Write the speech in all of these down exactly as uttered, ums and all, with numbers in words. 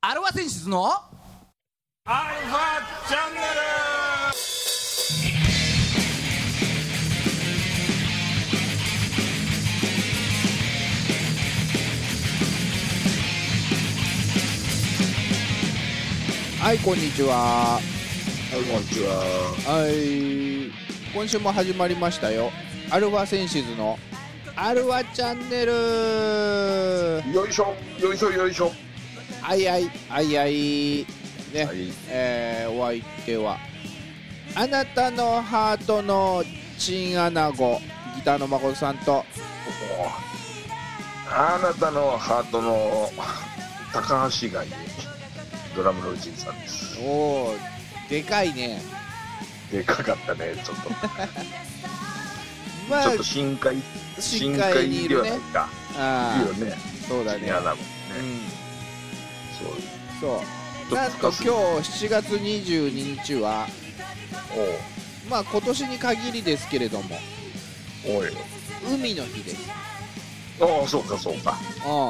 アルファセンシズのアルファチャンネル。 はい、こんにちは。 はい、こんにちは。 はい、今週も始まりましたよ。アルファセンシズのアルファチャンネル。 よいしょ、よいしょ、よいしょ。 あいあい、あいあい。ね、 はい、 えー、お相手はあなたのハートのチンアナゴ、ギターの誠さんと、 あなたのハートの高橋がいドラムのじいさんです。 おー、でかいね。 でかかったね、ちょっと。 まあ、 ちょっと深海、 深海にいるね。 深海ではないか。 あいるよね。 そうだね。 チンアナゴね。 うん、 そう。 そう。なんと今日しちがつにじゅうににちは、 おうまあ今年に限りですけれども、 おい。 海の日です。 ああ、そうかそうか。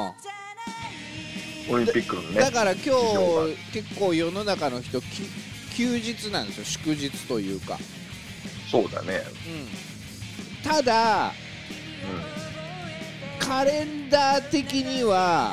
うん。 オリンピックのね。 だから今事情が日結構世の中の人き休日なんですよ、祝日というか。 そうだね。 うん。ただうカレンダー的には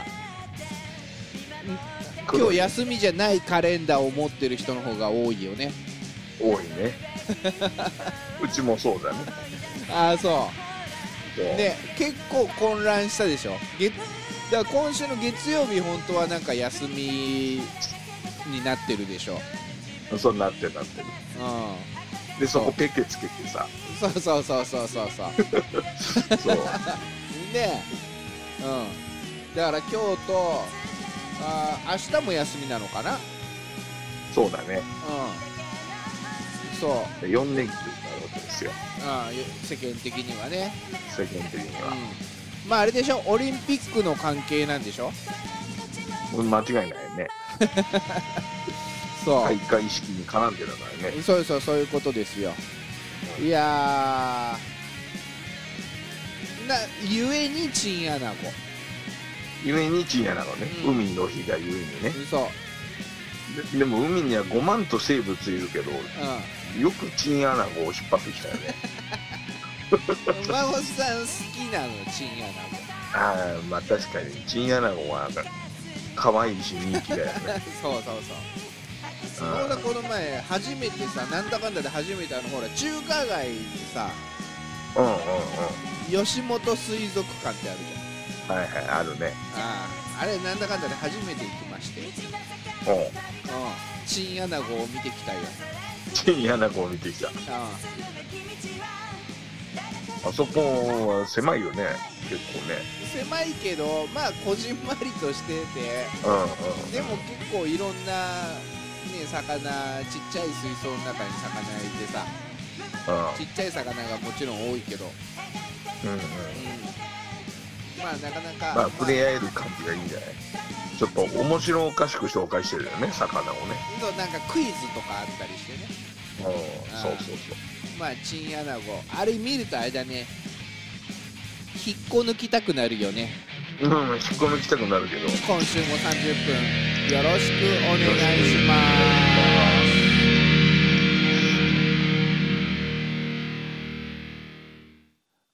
ん。 今日休みじゃないカレンダーを持ってる人の方が多いよね。 多いね。うちもそうだね。 ああ、そそううね。結構混乱したでしょ。月だから今週の月曜日本当はなんか休みになってるでしょ。 そうなってなってる。 うん。 でそこペケつけてさ。 そうそうそうそうそうそうそう。 ねえ、うん、だから今日とあ明日も休みなのかな。 そうだね。 うん、そうよん連休になるわけですよ。 あ世間的にはね。 世間的には。 うん、まああれでしょ、オリンピックの関係なんでしょ。 間違いないね。 そう、 開会式に絡んでるからね。 そうそう、そういうことですよ。いやーな、ゆえにチンアナゴ。 ゆえにチンアナゴね、 うん、 海の日がゆえにね。 そうで, でも海にはごまんと生物いるけど、 うん、 よくチンアナゴを引っ張ってきたよね。 真帆さん好きなの、チンアナゴ。 ああ、まあ確かにチンアナゴはなんか可愛いし人気だよね。 そうそうそう。そうだ、この前初めてさ、なんだかんだで初めてあのほら中華街でさ、 うんうんうん。 吉本水族館ってあるじゃん。 はいはい、あるね。 ああ、あれなんだかんだで初めて行きまして、 おううん、チンアナゴを見てきたよ。 チンアナゴを見てきた。 ああそこは狭いよね、結構ね。 狭いけど、まあこじんまりとしてて、 うんうん。 でも結構いろんなね、魚、ちっちゃい水槽の中に魚いてさ、 うんちっちゃい魚がもちろん多いけど、 うんうん。 うん、まあなかなか、 まあ触れ合える感じがいいんじゃない。ちょっと面白おかしく紹介してるよね、魚をね。 そう、なんかクイズとかあったりしてね。 うん、そうそうそう。 まあチンアナゴ、あれ見るとあれだね、引っこ抜きたくなるよね。 うん、引っこ抜きたくなるけど。 今週もさんじゅっぷんよろしくお願いします。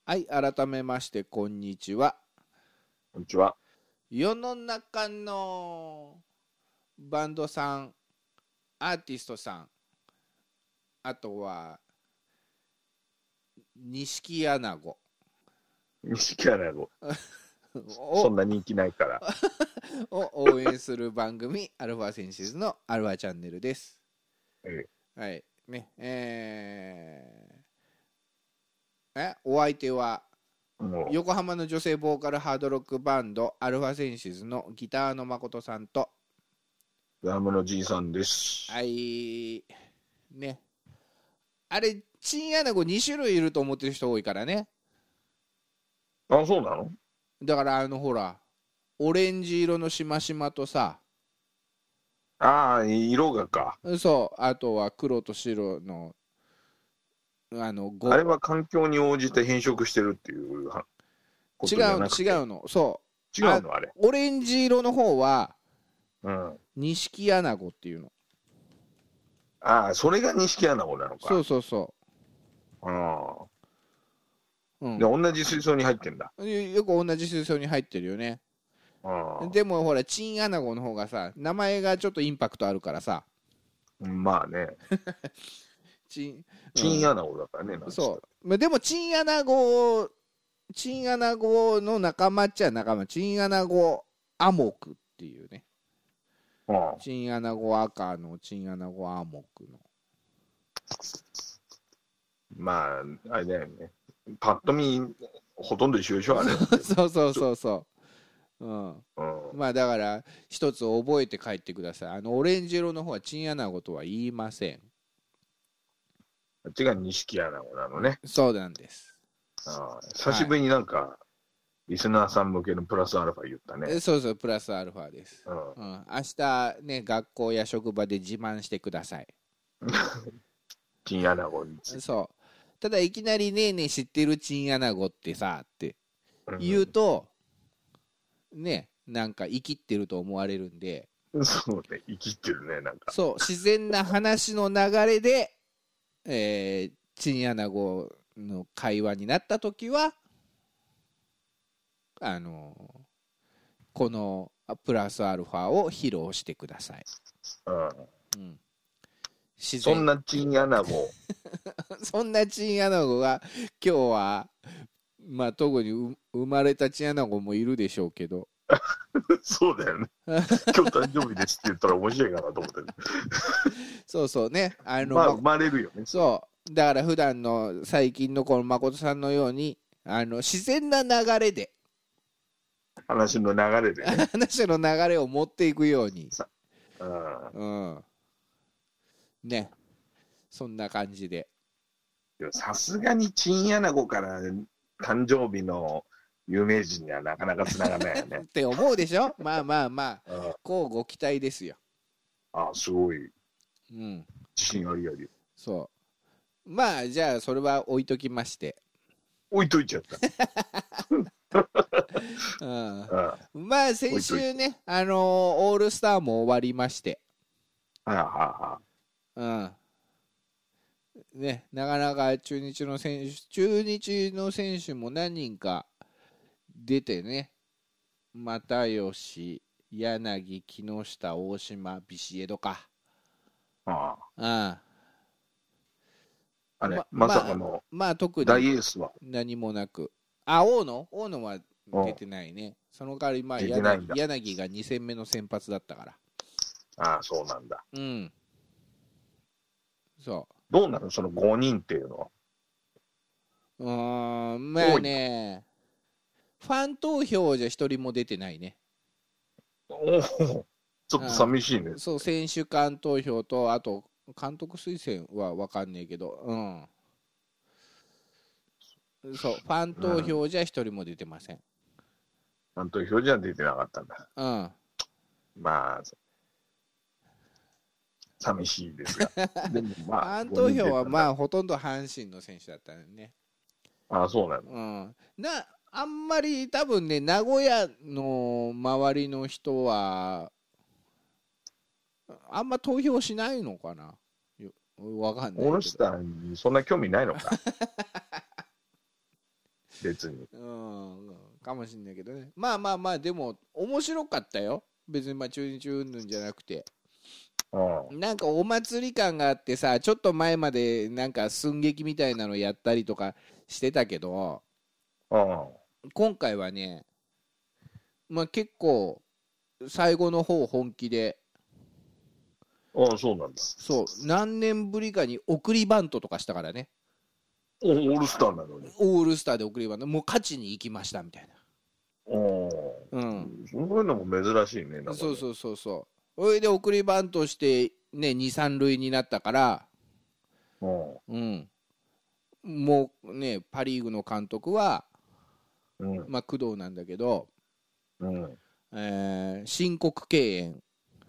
はい、改めましてこんにちは。 こんにちは。 世の中のバンドさん、アーティストさん、あとは錦アナゴ、 錦アナゴそんな人気ないからを応援する番組アルファセンシズのアルファチャンネルです。 ええはいね、えー、えお相手は横浜の女性ボーカルハードロックバンドアルファセンシズのギターの誠さんとドラムのじいさんです。 はいね、あれチンアナゴに種類いると思ってる人多いからね。 あ、そうなの。 だからあのほらオレンジ色のしましまとさ、 ああ、色がか。 そう、あとは黒と白のあのあれは環境に応じて変色してるっていうことじゃなくて。 違う違うの、そう違うのあれ。 オレンジ色の方はうん。 錦アナゴっていうの。 ああ、それが錦アナゴなのか。 そうそうそう。ああ。 う。うん。 で、同じ水槽に入ってんだ。 よく同じ水槽に入ってるよね。 ああ。 でもほら、チンアナゴの方がさ、名前がちょっとインパクトあるからさ。 まあね。 チン、 チンアナゴだからね。 うん、そう。でもチンアナゴ、チンアナゴの仲間っちゃ仲間。チンアナゴアモクっていうね。 ああ、 チンアナゴ赤のチンアナゴアモクの。 まあ、あれだよね。パッと見、ほとんど一緒でしょ、あれ。 そうそうそうそう。うん。 うん、 まあだから、一つ覚えて帰ってください。あの、オレンジ色の方はチンアナゴとは言いません。 あっちが錦アナゴなのね。 そうなんです。 ああ、久しぶりになんか、はい、リスナーさん向けのプラスアルファ言ったね。 そうそう、プラスアルファです。 うん。 うん、明日ね、学校や職場で自慢してください。 チンアナゴについて。 そう。ただいきなりねえねえ知ってるチンアナゴってさって言うと、うん、ね、なんか生きってると思われるんで。 そうね、生きってるね、なんか。 そう、自然な話の流れで、えー、チンアナゴの会話になったときは、あのー、このプラスアルファを披露してください。うん。うんそんなチンアナゴそんなチンアナゴが今日はまあ特に生まれたチンアナゴもいるでしょうけどそうだよね今日誕生日ですって言ったら面白いかなと思ってるそうそうね、あの、 まあ生まれるよね。 そうだから普段の最近のこの誠さんのようにあの自然な流れで話の流れで、ね、 話の流れを持っていくように、 うん、 うんね、そんな感じで。 さすがにチンアナゴから誕生日の有名人にはなかなかつながらないよねって思うでしょ。まあまあまあ、うん、こうご期待ですよ。 ああ、すごい、 うん、 自信ありあり。 そうまあじゃあそれは置いときまして置いといちゃったうん、ああまあ先週ねあのー、オールスターも終わりまして、 はあはあ、うんね、なかなか中日の選手中日の選手も何人か出てね、又吉、柳、木下、大島、ビシエドか、 ああああれ、ま、まさかのまあ特大エースは何もなく、あ大野大野は出てないね。その代わりまあ 柳, 柳がに戦目の先発だったから。 ああそうなんだ。 うん。そう。 どうなのそのごにんっていうのは。 うーんまあねファン投票じゃひとりも出てないね。 おおちょっと寂しいね。 そう選手間投票とあと監督推薦は分かんねえけど、うんそうファン投票じゃひとりも出てません。 ファン投票じゃ出てなかったんだ。 うんまあ寂しいですがでもまあファン投票はまあほとんど阪神の選手だったよね。 ああそうなの、 うん、なあんまり多分ね名古屋の周りの人はあんま投票しないのかな、わかんないけど。 オールスターにそんな興味ないのか別に、 うん、かもしんないけどね。まあまあまあでも面白かったよ別に。まあ中日うんぬんじゃなくて、うん、なんかお祭り感があってさ、ちょっと前までなんか寸劇みたいなのやったりとかしてたけど、うん、今回はね、まあ、結構最後の方本気で。 ああそうなんだ。 そう何年ぶりかに送りバントとかしたからね。 オールスターなのに。 オールスターで送りバント、もう勝ちに行きましたみたいな。 おうん、そういうのも珍しいね。なんかねそうそうそうそう。それで送りバントしてねに、さん塁になったから、うん、もうねパ・リーグの監督は、うん、まあ工藤なんだけど、うんえー、申告敬遠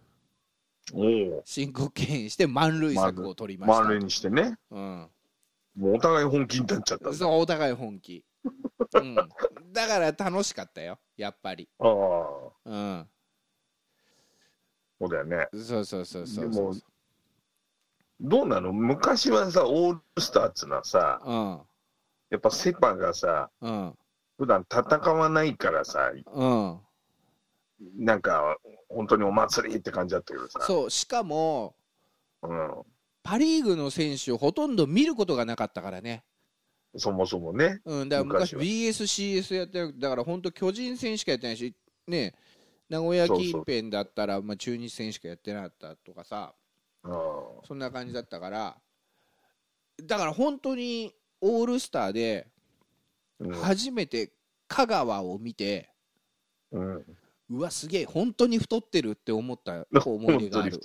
申告敬遠して満塁策を取りました。 満塁にしてね、うん、もうお互い本気になっちゃった。 そうお互い本気、うん、だから楽しかったよやっぱり。あ、うん、 そうだよね。 そうそうそうそう。 でもどうなの？昔はさ、オールスターっつうのはさ、 うん、 やっぱセパがさ、 うん、 普段戦わないからさ、 うん、 なんか本当にお祭りって感じだったけどさ。 そう、しかも、 うん、 パ・リーグの選手をほとんど見ることがなかったからね。 そもそもね。 うん、だから昔昔はビーエス、シーエス やってなくて、だから本当巨人戦しかやってないし、ね、名古屋近辺だったらまあ中日戦しかやってなかったとかさ、 そそんな感じだったから、だから本当にオールスターで初めて香川を見て、 うん、 うわすげえ本当に太ってるって思った思い出がある。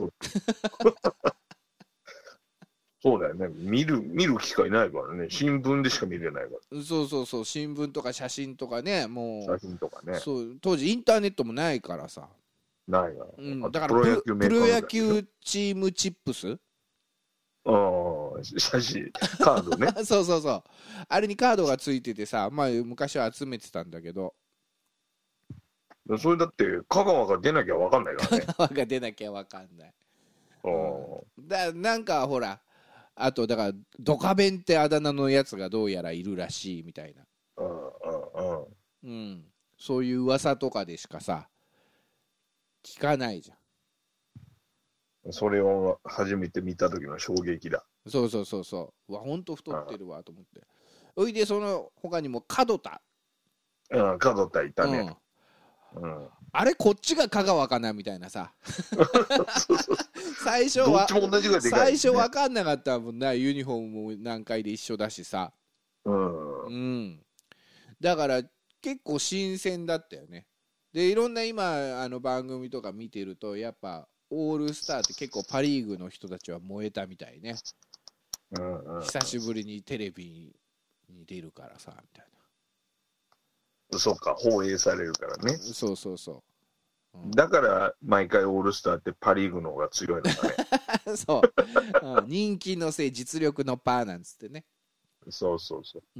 そうだよね。見る見る機会ないからね。新聞でしか見れないから。 そうそうそう、新聞とか写真とかね、もう写真とかね。 そう当時インターネットもないからさ。 ないから、 うん、だからプロ野球メーカープロ野球チームチップス、 ああ、写真カードね。 そうそうそう、あれにカードがついててさ、まあ昔は集めてたんだけど、 それだって香川が出なきゃ分かんないからね。 香川が出なきゃ分かんない。うん、だなんかほら、あとだからドカベンってあだ名のやつがどうやらいるらしいみたいな、 うんうんうん、 うん、そういう噂とかでしかさ聞かないじゃん。それを初めて見た時の衝撃だ。 そうそうそうそう、うわほんと太ってるわと思って。おいでその他にも門田、 うん、門田いたね。 うん、あれこっちが香川かなみたいなさそうそう最初はどっちも同じぐらいでかい、ね、 最初分かんなかったもんな、ユニフォームも何回で一緒だしさ、 うん、 うん、だから結構新鮮だったよね。でいろんな今あの番組とか見てるとやっぱオールスターって結構パ・リーグの人たちは燃えたみたいね、 うんうん、 久しぶりにテレビに出るからさみたいな。そうか、放映されるからね。 そうそうそう、 うん、だから毎回オールスターってパ・リーグの方が強いのかねそう、うん、人気のせい実力のパーなんつってね。 そうそうそう、 うん、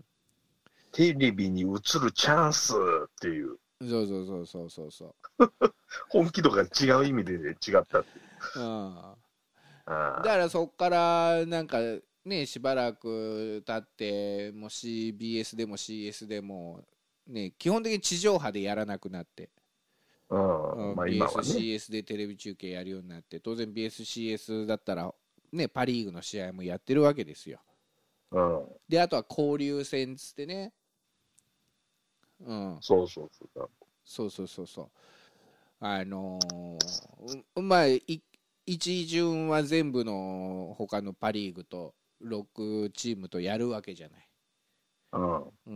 テレビに映るチャンスっていう、 そうそうそうそうそうそう本気度が違う意味で違ったっていう、 うん、 あだからそっからなんかねしばらく経ってもう シービーエス でも シーエス でもね基本的に地上波でやらなくなって、 うんうん、まあ今はねビーエスシーエス でテレビ中継やるようになって、当然 ビーエスシーエス だったらねパ・リーグの試合もやってるわけですよ。 うん、であとは交流戦つってね、うん、 そうそうそうそうそうそうそう、あのー、まあい一巡は全部の他のパ・リーグとろくチームとやるわけじゃない。 うん、 うん、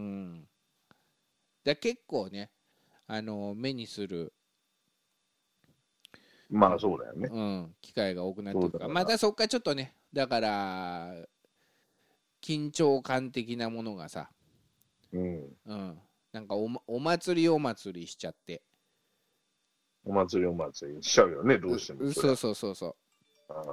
だ結構ね、あのー、目にする、 まあそうだよね、 うん、機会が多くなってくるから、またそっからちょっとね、だから緊張感的なものがさ、 うんうん、なんか お, お祭りお祭りしちゃって、 お祭りお祭りしちゃうよね、どうしても。 そうそうそうそう。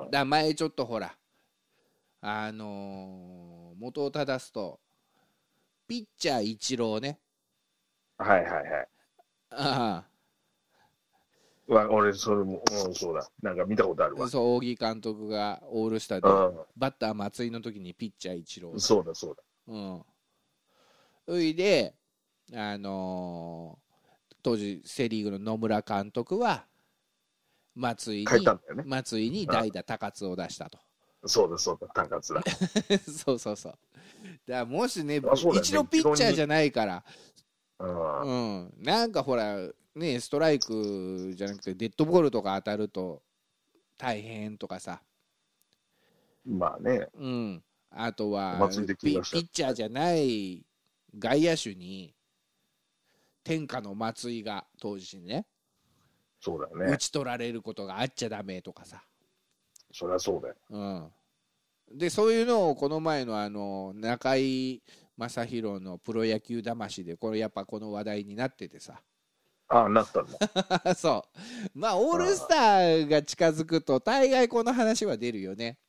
だ前ちょっとほら、あのー、元を正すと、ピッチャーイチローね。 はいはいはい。 ああ。わ俺、それも、うん、そうだ。なんか見たことあるわ。 そう、仰木監督がオールスターで、バッター松井の時にピッチャーイチロー。 そうだそうだ。 うん。そいで、あのー、当時セ・リーグの野村監督は松井に、ね、松井に代打高津を出したと。 そうだそうだ、高津だ。 そうそうそう。だからもしね、ね一度ピッチャーじゃないから、うん、なんかほらねストライクじゃなくてデッドボールとか当たると大変とかさ。 まあね。 うん。あとはピ, ピッチャーじゃない外野手に天下の松井が当時ね、 そうだよね、 打ち取られることがあっちゃダメとかさ。 そりゃそうだよ。 うん。でそういうのをこの前のあの中居正広のプロ野球魂でこれやっぱこの話題になっててさ。 ああなったんだ。そうまあオールスターが近づくと大概この話は出るよね。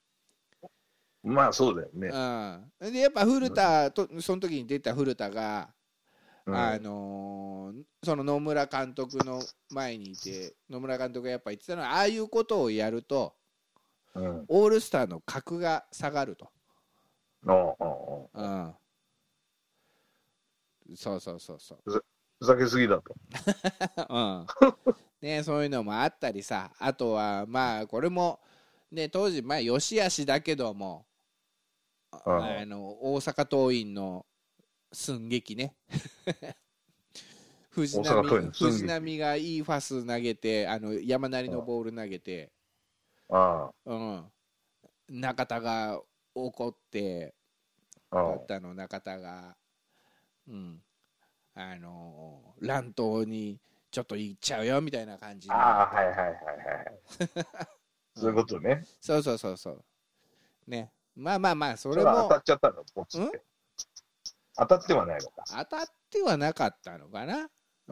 まあそうだよね。 うん、でやっぱ古田とその時に出た古田がうんあのーその野村監督の前にいて、野村監督がやっぱ言ってたのは、ああいうことをやると、 うん、 オールスターの格が下がると。 ああああうん、そうそうそうそう。 ふざけすぎだと。 うんね、そういうのもあったりさ、あとはまあこれも、ね、当時まあよしあしだけども、あの大阪桐蔭の寸劇ね藤浪藤浪がいいファス投げて、あの山なりのボール投げて、 あうん、中田が怒って、 ああバッターの中田が、うん、あの乱闘にちょっと行っちゃうよみたいな感じの。 ああ、はいはいはいはい。そういうことね。 そうそうそうそう。ね。まあまあまあ、それも。 それ当たっちゃったの、ポツって。当たってはないのか。 当たってはなかったのかな。うん。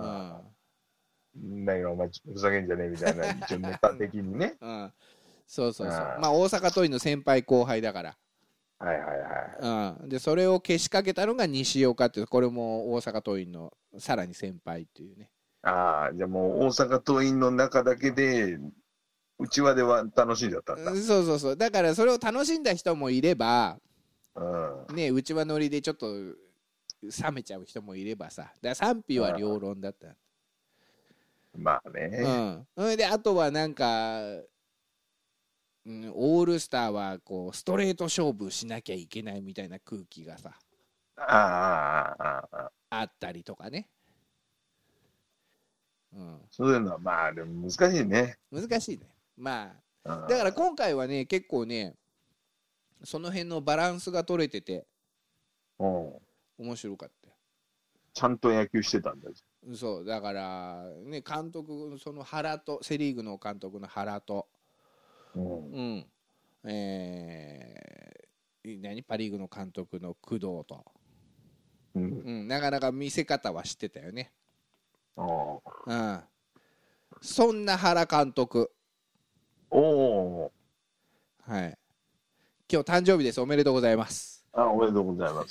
何がお前ふざけんじゃねえみたいな、一応ネタ的にね。 うん。そうそうそう。まあ大阪桐蔭の先輩後輩だから。 はいはいはい。 うん。で、それをけしかけたのが西岡っていう、これも大阪桐蔭のさらに先輩っていうね。 ああ、じゃあもう大阪桐蔭の中だけで、うちわでは楽しんじゃったんだ。 そうそうそう。だからそれを楽しんだ人もいれば、 うん、 ね、うちわ乗りでちょっと冷めちゃう人もいればさ。だから賛否は両論だった。 まあね。 うん。で、あとはなんか、うん、オールスターはこうストレート勝負しなきゃいけないみたいな空気がさ、 ああ、ああ、ああ。 あったりとかね。うん。 そういうのはまあでも難しいね。 難しいね。まあ、だから今回はね、結構ね、その辺のバランスが取れてて、 うん、 面白かったよ。 ちゃんと野球してたんだ。 そうだからね、監督、その原とセ・リーグの監督の原と、 うん、 うん、えー、何パ・リーグの監督の工藤と、うん、うん、なかなか見せ方は知ってたよね。 あうん、そんな原監督、 おお、 はい、今日誕生日です。おめでとうございます。 あ、おめでとうございます。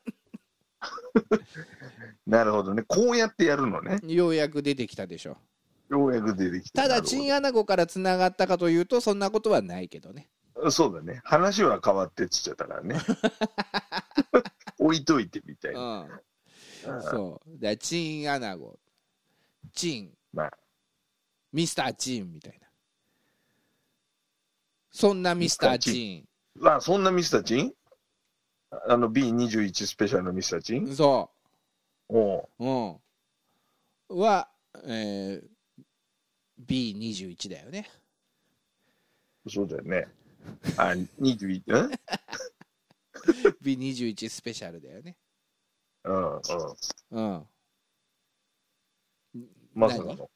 なるほどね。こうやってやるのね。 ようやく出てきたでしょ。 ようやく出てきた。 ただチンアナゴからつながったかというとそんなことはないけどね。 そうだね。話は変わってっつっちゃったからね。置いといてみたいな。 うん、そうだ、チンアナゴ、チン、 まあ、 ミスターチンみたいな、そんなミスターチン。 まあ、そんなミスターチン、あの ビーにじゅういち スペシャルのミスターチン、 そうおう、うん、は、えー、ビーにじゅういち だよね。 そうだよね。あ、にじゅういち、んビーにじゅういち スペシャルだよね。 うんうん。 うん。 まさかの。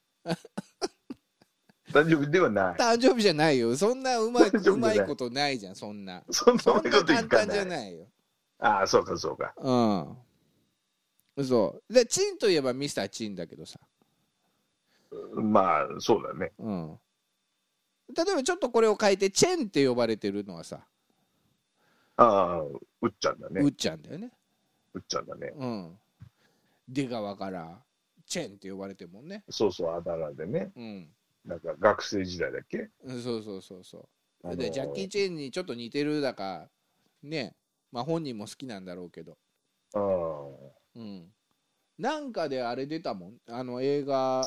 誕生日ではない。 誕生日じゃないよ。そんなうまい、うまいことないじゃん、そんな。 そんなこと簡単じゃないよ。 ああ、そうかそうか。 うん。そう。で、チンといえばミスターチンだけどさ。 まあ、そうだね。 うん。例えばちょっとこれを変えてチェンって呼ばれてるのはさ、 ああ、うっちゃんだね。 うっちゃんだよね。 うっちゃんだね。 うん。出川からチェンって呼ばれてるもんね。 そうそう、あだ名でね。 うん。 なんか学生時代だっけ。 そうそうそうそう。 あのー、 でジャッキー・チェンにちょっと似てるだかね、まあ本人も好きなんだろうけど。 ああ。 うん。なんかであれ出たもん。あの映画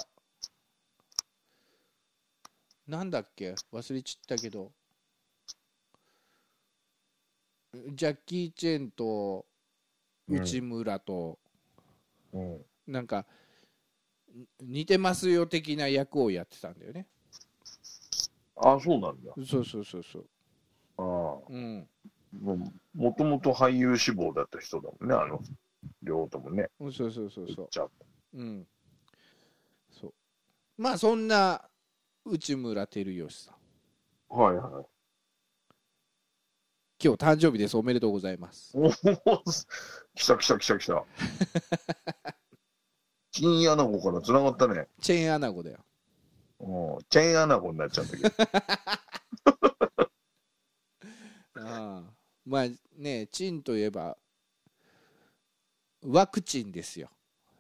なんだっけ、忘れちったけど、ジャッキー・チェンと内村と、 うんうん、 なんか似てますよ的な役をやってたんだよね。 ああ、そうなんだ。 そうそうそうそう。 ああ、 うん。 ももともと俳優志望だった人だもんね、あの両方ともね。 そうそうそうそう。 ううん。そう。まあそんな内村光良さん。 はいはい。 今日誕生日です。おめでとうございます。 おお、来た来た来た来た。チンアナゴからつながったね。 チェーンアナゴだよ。 おチェーンアナゴになっちゃったけど。 ああ、まあね、チンといえばワクチンですよ。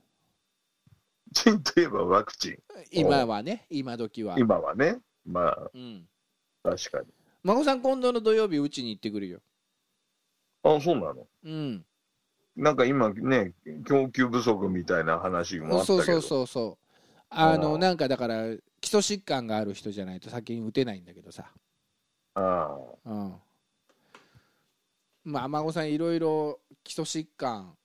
チンといえばワクチン。 今はね、今時は。 今はね。まあ、 うん。 確かに。 孫さん、今度の土曜日、うちに行ってくるよ。 あ、そうなの。 うん。 なんか今ね、供給不足みたいな話もあったけど。 そうそうそうそう。あの、なんかだから、基礎疾患がある人じゃないと先に打てないんだけどさ。 ああ。うん。まあ、孫さん、いろいろ基礎疾患、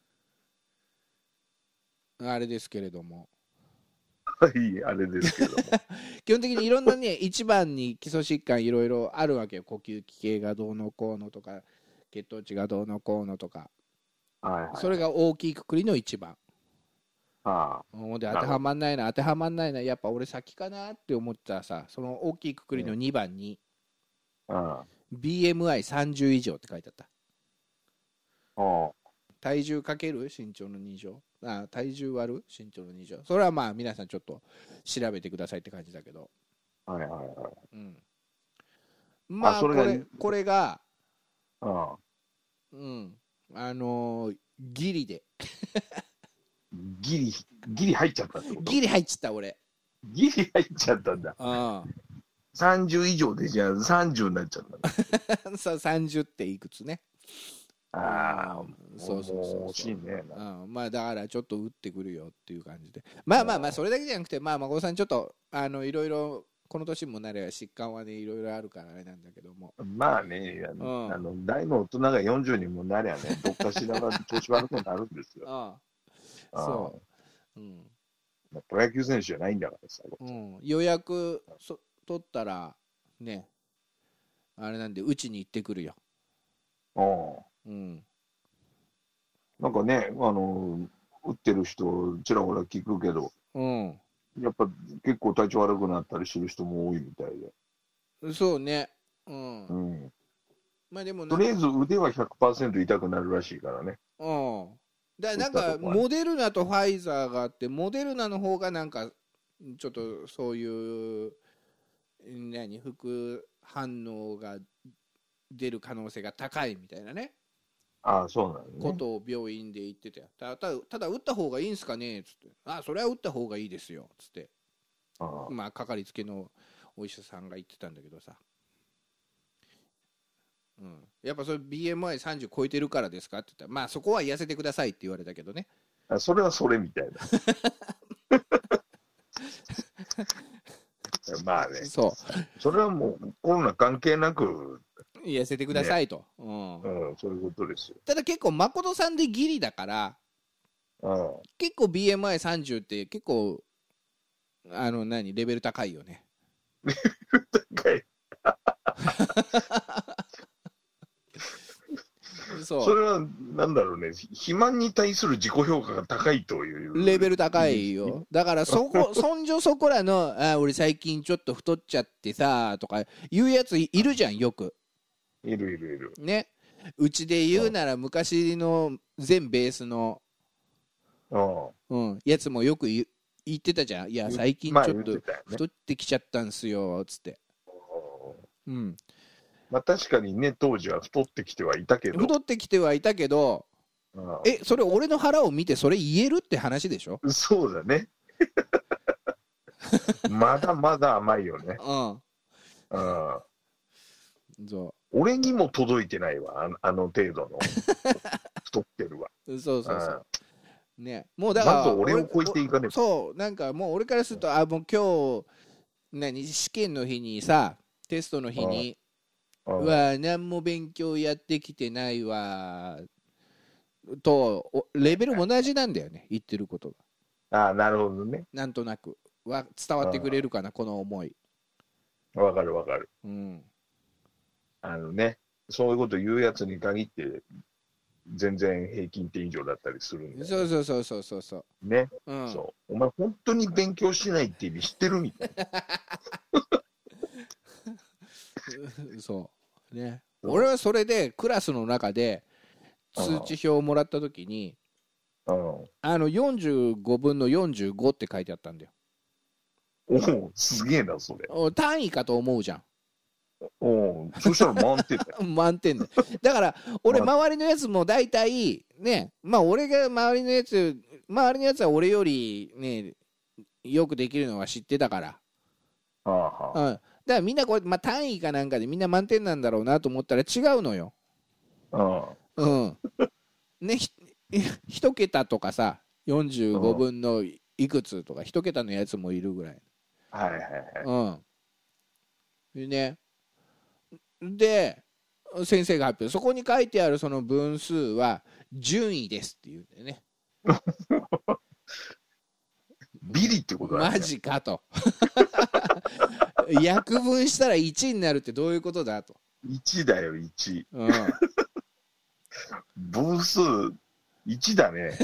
あれですけれども。 はい、あれですけども。 基本的にいろんなね、一番に基礎疾患いろいろあるわけよ。呼吸器系がどうのこうのとか、血糖値がどうのこうのとか。 はいはいはい、 それが大きいくくりの一番。 ああ、で当てはまんないな当てはまんないなやっぱ俺先かなって思ったらさ、その大きいくくりのにばんに、 うん、 ビーエムアイさんじゅう 以上って書いてあった。 あ体重かける身長のに乗、あ体重割る身長のに乗、それはまあ皆さんちょっと調べてくださいって感じだけど、 はいはいはい、 うん、まあこれこれがあうんあのー、ギリでギリギリ入っちゃったってこと？ ギリ入っちゃった俺。 ギリ入っちゃったんだ。 ああさんじゅう以上でじゃあさんじゅうになっちゃったんだ。 ささんじゅうっていくつね。 ああ、 そうそうそう惜しいね。 うん、まあだからちょっと打ってくるよっていう感じで、まあまあまあそれだけじゃなくて、まあ孫さんちょっとあのいろいろこの年もなれば疾患はねいろいろあるからあれなんだけども、 まあね、あの、うん、あの大の大人がよんじゅうにもなりゃね、どっかしらが調子悪くなるんですよ。ああそう、うん、 プロ野球選手じゃないんだからさ、 うん、予約そ取ったらねあれなんでうちに行ってくるよ。うん、 なんかね、あの打ってる人ちらほら聞くけど、うん、やっぱ結構体調悪くなったりする人も多いみたいで。そうね、うん、うん、 まあでもとりあえず腕は ひゃくパーセント 痛くなるらしいからね。 うん、だからなんかモデルナとファイザーがあって、モデルナの方がなんかちょっとそういう何副反応が出る可能性が高いみたいなね。 ああ、そうなのね。 ことを病院で言ってたよ。ただ、ただ打った方がいいんすかねっつって。ああ、それは打った方がいいですよっつって。ああ、まあかかりつけのお医者さんが言ってたんだけどさ。うん、やっぱそれ ビーエムアイさんじゅう 超えてるからですかって言ったら、まあそこは痩せてくださいって言われたけどね。 あ、それはそれみたいな。まあね、そう。それはもうコロナ関係なく痩せてくださいと、ね、うん、うん、そういうことですよ。 ただ結構誠さんでギリだから、うん、結構 ビーエムアイさんじゅう って結構あの何レベル高いよね。 レベル高い。そうそれはなんだろうね、肥満に対する自己評価が高いというレベル高いよ。だからそこそんじょそこらのあ俺最近ちょっと太っちゃってさとかいうやついるじゃんよく。 いるいるいるね。うちで言うなら昔の全ベースの、うん、やつもよく言ってたじゃん。いや最近ちょっと太ってきちゃったんすよつって、うん、 まあ確かにね当時は太ってきてはいたけど太ってきてはいたけど、えそれ俺の腹を見てそれ言えるって話でしょ。 そうだね。まだまだ甘いよね。うん、うん、そう俺にも届いてないわ、あの、あの程度の太ってるわ。 そうそうそう。ね、もうだからまず俺を超えていかねば。 そうなんかもう俺からすると、あもう今日何試験の日にさテストの日にうわ何も勉強やってきてないわとレベルも同じなんだよね言ってることが。ああなるほどね。 なんとなくは伝わってくれるかなこの思い。 わかるわかる。うん。あのね、そういうこと言うやつに限って全然平均点以上だったりするんだよ、ね、 そうそうそうそうそうそうね、うん、そうお前本当に勉強しないって意味知ってるみたいなそうね、俺はそれでクラスの中で通知表をもらった時にあのよんじゅうごぶんのよんじゅうごって書いてあったんだよ。 おおすげえなそれ。 単位かと思うじゃん。 おそしたら満点だよ。 満点だよ。だから俺周りのやつも大体ね、まあ俺が周りのやつ周りのやつは俺よりねよくできるのは知ってたから、 はあはあ、 うん、だからみんなこう、まあ、単位かなんかでみんな満点なんだろうなと思ったら違うのよ。 ああ、 うんね、ひ一桁とかさよんじゅうごぶんのいくつとか一桁のやつもいるぐらい。 はいはいはい。 うん。でね、で先生が発表、そこに書いてあるその分数は順位ですって言うんだよね。 ビリってことだね。 マジかと。約分したらいちになるってどういうことだと。 いちだよいち。 うん、 分数いちだね。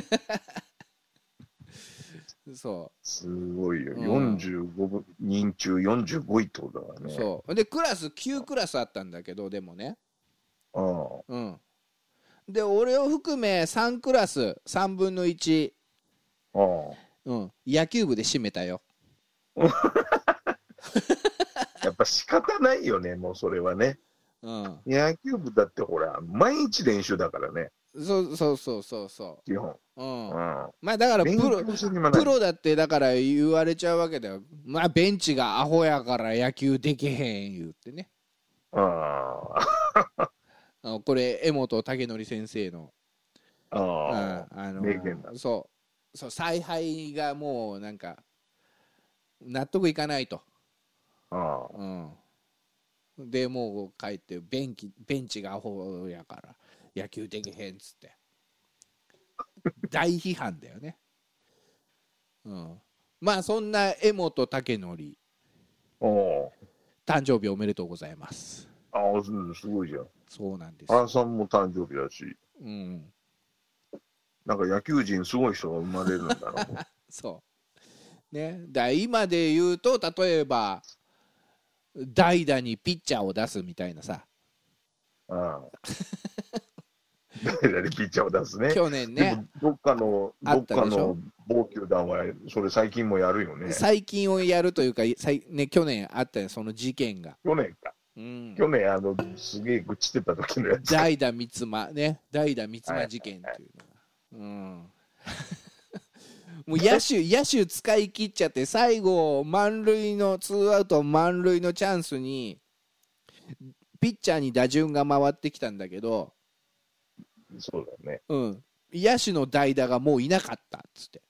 そうすごいよ、 うん、 よんじゅうごにん中よんじゅうごいってことだからね。 そうでクラスきゅうクラスあったんだけど、でもね、うん、で俺を含めさんクラスさんぶんのいち、うん、野球部で占めたよ。 やっぱ仕方ないよね、もうそれはね、うん、野球部だってほら毎日練習だからね。 そうそうそうそうそう基本、 うんうん、まあだからプロプロだってだから言われちゃうわけだよ。まあベンチがアホやから野球できへん言ってね。ああこれ江本武則先生のああの名言だ。そうそう采配がもうなんか納得いかないと。ああ、うん、でもう帰ってベンキベンチがアホやから野球できへんっつって大批判だよね。うん、まあそんな江本武則、誕生日おめでとうございます。 ああ、すごいじゃん。 そうなんです。 原さんも誕生日だし、うん、なんか野球人すごい人が生まれるんだな。 そうね、だ今で言うと例えば代打にピッチャーを出すみたいなさ。ああ代打にピッチャーを出すね。 去年ね。 でもどっかのどっかの某球団はそれ最近もやるよね。 最近をやるというか、ね、去年あったよその事件が。 去年か。うん、去年あのすげえ愚痴ってた時のやつ。 代打三つ間ね、代打三つ間事件っていうのが。うん。もう野手野手使い切っちゃって最後満塁のツーアウト満塁のチャンスにピッチャーに打順が回ってきたんだけど、 そうだね、 うん、野手の代打がもういなかったっつって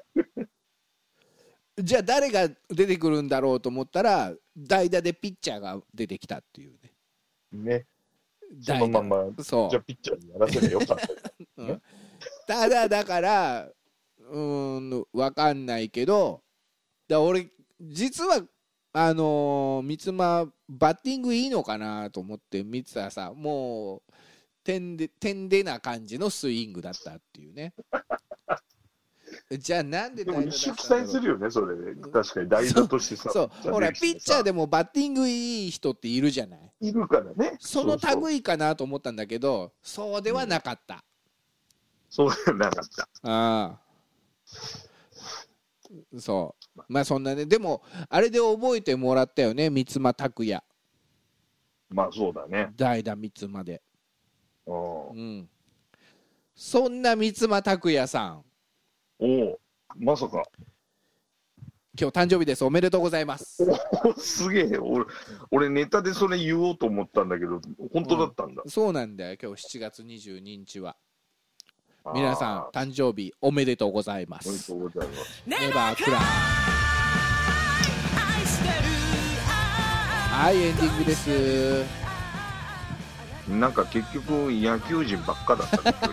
じゃあ誰が出てくるんだろうと思ったら代打でピッチャーが出てきたっていうね。 ね、そのままそうじゃあピッチャーにやらせればよかった、うん、 ただだからうーん分かんないけど、だ俺実はあのー、三つ間バッティングいいのかなと思って見てたらさ、もう点で点でな感じのスイングだったっていうね。じゃあなんで代打だったんだろう。でも一種期待するよねそれで、ね、確かに代打としてさ。そうそうほらピッチャーでもバッティングいい人っているじゃない。 いるからね。 その類かなと思ったんだけど、そうではなかった、うん、 そうではなかった。 ああそうまあそんなね。でもあれで覚えてもらったよね、三間拓也。 まあそうだね、 代打三つ間で。うん、そんな三間拓也さん、 おおまさか今日誕生日です。おめでとうございます。 おすげえ。俺俺ネタでそれ言おうと思ったんだけど本当だったんだ、 うん、そうなんだよ。今日しちがつにじゅうににちは皆さん誕生日おめでとうございます。 おめでとうございます。 ネバークライ。はいエンディングです。 なんか結局野球人ばっかだったね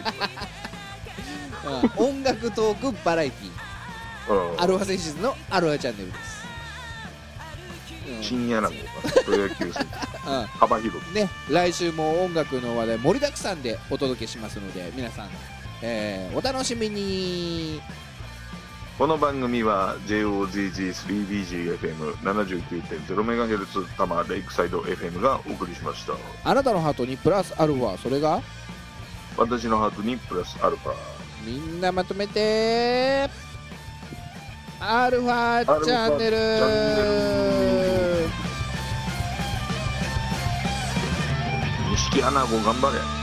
うん、音楽トークバラエティーアロハ選手のアロハチャンネルです。 チンアナゴがプロ野球選手、うん、幅広くね。来週も音楽の話題盛りだくさんでお届けしますので皆さん、えー、お楽しみに。 この番組は ジェイオージージースリービージーエフエムななじゅうきゅうてんゼロメガヘルツ 多摩レイクサイド エフエム がお送りしました。 あなたのハートにプラスアルファ、それが私のハートにプラスアルファ。 みんなまとめてアルファチャンネル。 錦アナゴ頑張れ。